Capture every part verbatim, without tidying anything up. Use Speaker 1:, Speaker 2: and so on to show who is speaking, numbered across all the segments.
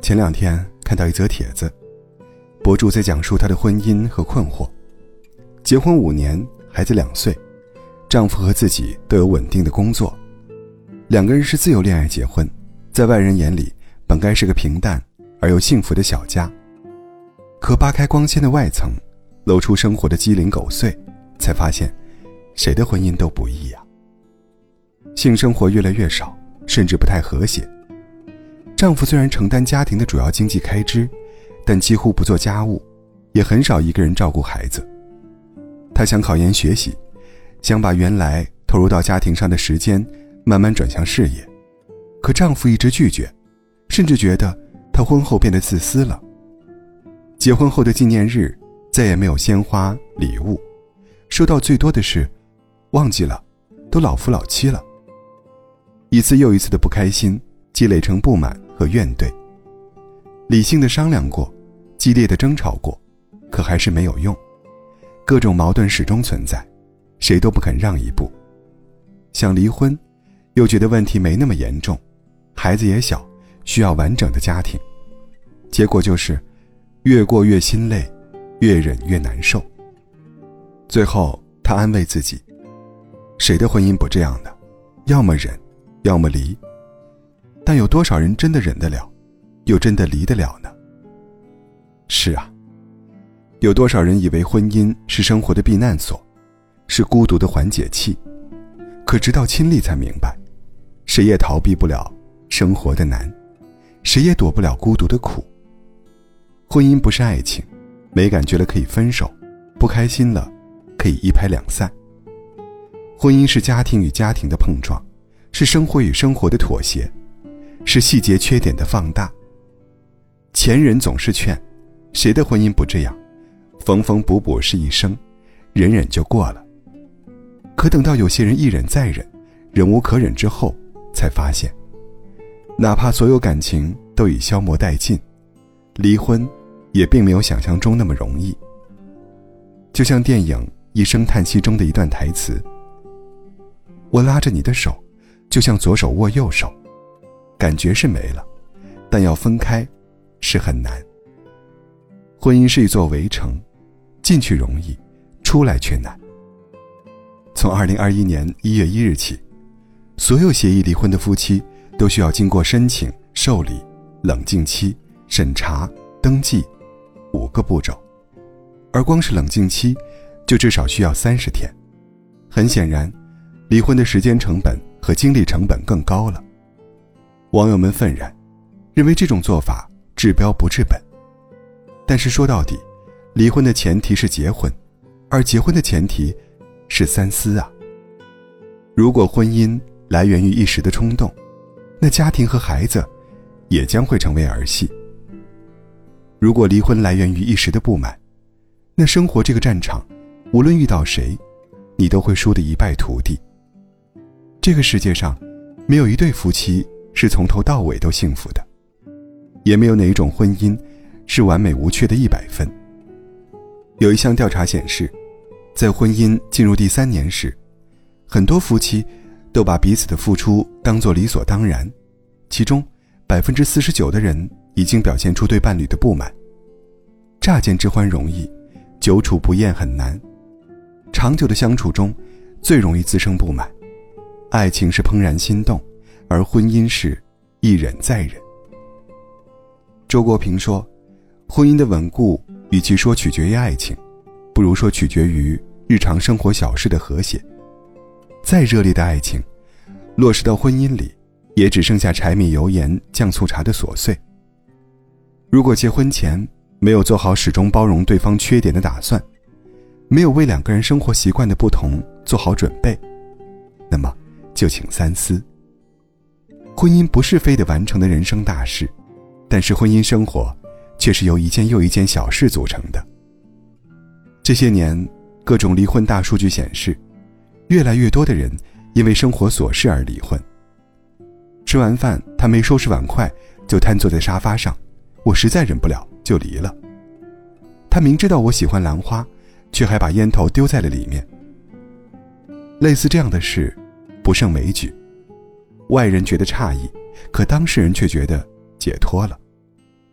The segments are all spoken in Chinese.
Speaker 1: 前两天看到一则帖子，博主在讲述她的婚姻和困惑。结婚五年，孩子两岁，丈夫和自己都有稳定的工作，两个人是自由恋爱结婚，在外人眼里本该是个平淡而又幸福的小家。可扒开光鲜的外层，露出生活的鸡零狗碎，才发现谁的婚姻都不易啊。性生活越来越少，甚至不太和谐。丈夫虽然承担家庭的主要经济开支，但几乎不做家务，也很少一个人照顾孩子。她想考研学习，想把原来投入到家庭上的时间慢慢转向事业，可丈夫一直拒绝，甚至觉得她婚后变得自私了。结婚后的纪念日再也没有鲜花礼物，收到最多的是忘记了，都老夫老妻了。一次又一次的不开心积累成不满和怨怼，理性的商量过，激烈的争吵过，可还是没有用，各种矛盾始终存在，谁都不肯让一步。想离婚，又觉得问题没那么严重，孩子也小，需要完整的家庭，结果就是越过越心累，越忍越难受。最后她安慰自己，谁的婚姻不这样呢？要么忍，要么离。但有多少人真的忍得了，又真的离得了呢？是啊，有多少人以为婚姻是生活的避难所，是孤独的缓解器，可直到亲历才明白，谁也逃避不了生活的难，谁也躲不了孤独的苦。婚姻不是爱情，没感觉了可以分手，不开心了可以一拍两散。婚姻是家庭与家庭的碰撞，是生活与生活的妥协，是细节缺点的放大。前人总是劝，谁的婚姻不这样？缝缝补补是一生，忍忍就过了。可等到有些人一忍再忍，忍无可忍之后，才发现，哪怕所有感情都已消磨殆尽，离婚也并没有想象中那么容易。就像电影《一声叹息》中的一段台词，我拉着你的手，就像左手握右手，感觉是没了，但要分开是很难。婚姻是一座围城，进去容易，出来却难。从二零二一年一月一日起，所有协议离婚的夫妻都需要经过申请、受理、冷静期、审查、登记五个步骤，而光是冷静期就至少需要三十天。很显然，离婚的时间成本和精力成本更高了。网友们愤然，认为这种做法治标不治本。但是说到底，离婚的前提是结婚，而结婚的前提是三思啊。如果婚姻来源于一时的冲动，那家庭和孩子也将会成为儿戏。如果离婚来源于一时的不满，那生活这个战场，无论遇到谁，你都会输得一败涂地。这个世界上，没有一对夫妻是从头到尾都幸福的，也没有哪一种婚姻是完美无缺的一百分。有一项调查显示，在婚姻进入第三年时，很多夫妻都把彼此的付出当作理所当然，其中 百分之四十九 的人已经表现出对伴侣的不满。乍见之欢容易，久处不厌很难。长久的相处中，最容易滋生不满。爱情是怦然心动，而婚姻是一忍再忍。周国平说，婚姻的稳固与其说取决于爱情，不如说取决于日常生活小事的和谐。再热烈的爱情，落实到婚姻里，也只剩下柴米油盐酱醋茶的琐碎。如果结婚前没有做好始终包容对方缺点的打算，没有为两个人生活习惯的不同做好准备，那么就请三思。婚姻不是非得完成的人生大事，但是婚姻生活却是由一件又一件小事组成的。这些年，各种离婚大数据显示，越来越多的人因为生活琐事而离婚。吃完饭，他没收拾碗筷就瘫坐在沙发上，我实在忍不了就离了。他明知道我喜欢兰花，却还把烟头丢在了里面。类似这样的事不胜枚举，外人觉得诧异，可当事人却觉得解脱了。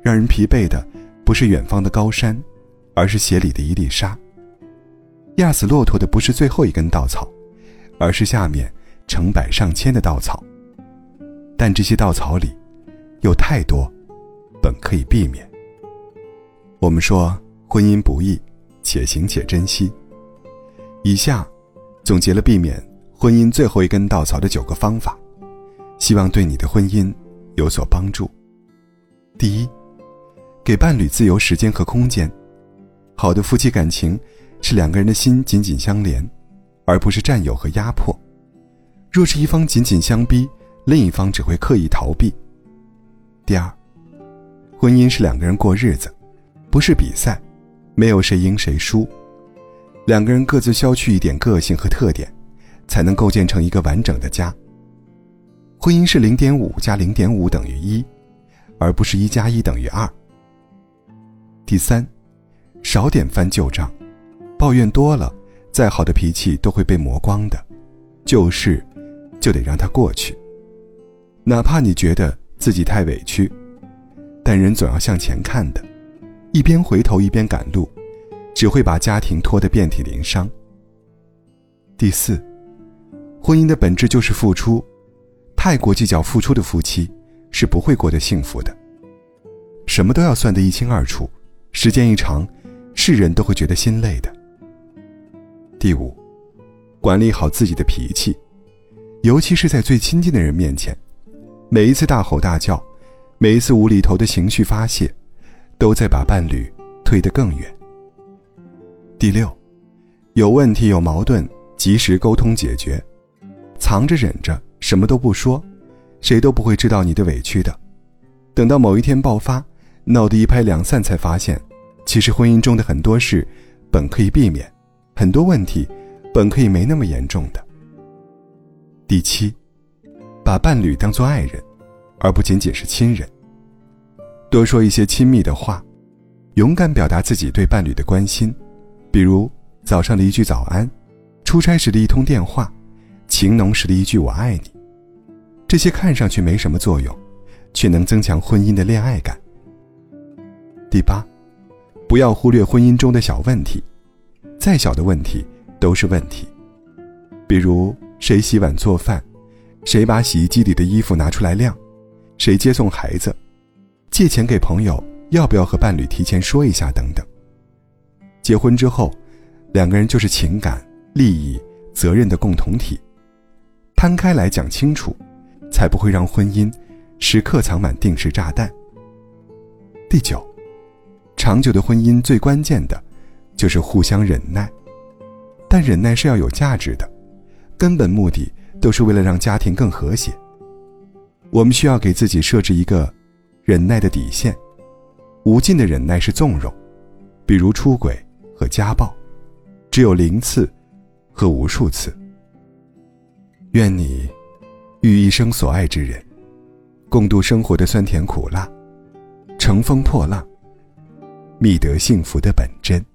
Speaker 1: 让人疲惫的不是远方的高山，而是鞋里的一粒沙。压死骆驼的不是最后一根稻草，而是下面成百上千的稻草。但这些稻草里有太多本可以避免。我们说婚姻不易，且行且珍惜。以下总结了避免婚姻最后一根稻草的九个方法，希望对你的婚姻有所帮助。第一，给伴侣自由时间和空间。好的夫妻感情是两个人的心紧紧相连，而不是占有和压迫。若是一方紧紧相逼，另一方只会刻意逃避。第二，婚姻是两个人过日子，不是比赛，没有谁赢谁输。两个人各自消去一点个性和特点，才能构建成一个完整的家。婚姻是 零点五 加 零点五 等于一，而不是一加一等于二。第三，少点翻旧账，抱怨多了，再好的脾气都会被磨光的，旧事就得让它过去。哪怕你觉得自己太委屈，但人总要向前看的，一边回头一边赶路，只会把家庭拖得遍体鳞伤。第四，婚姻的本质就是付出，太过计较付出的夫妻是不会过得幸福的。什么都要算得一清二楚，时间一长，是人都会觉得心累的。第五，管理好自己的脾气，尤其是在最亲近的人面前，每一次大吼大叫，每一次无厘头的情绪发泄，都在把伴侣推得更远。第六，有问题有矛盾及时沟通解决，藏着忍着什么都不说，谁都不会知道你的委屈的。等到某一天爆发，闹得一拍两散，才发现其实婚姻中的很多事本可以避免，很多问题本可以没那么严重的。第七，把伴侣当作爱人，而不仅仅是亲人。多说一些亲密的话，勇敢表达自己对伴侣的关心，比如早上的一句早安，出差时的一通电话，情浓时的一句我爱你。这些看上去没什么作用，却能增强婚姻的恋爱感。第八，不要忽略婚姻中的小问题，再小的问题都是问题。比如谁洗碗做饭，谁把洗衣机里的衣服拿出来晾，谁接送孩子，借钱给朋友要不要和伴侣提前说一下等等。结婚之后，两个人就是情感、利益、责任的共同体，摊开来讲清楚，才不会让婚姻时刻藏满定时炸弹。第九，长久的婚姻最关键的就是互相忍耐，但忍耐是要有价值的，根本目的都是为了让家庭更和谐。我们需要给自己设置一个忍耐的底线，无尽的忍耐是纵容，比如出轨和家暴，只有零次和无数次。愿你与一生所爱之人共度生活的酸甜苦辣，乘风破浪，觅得幸福的本真。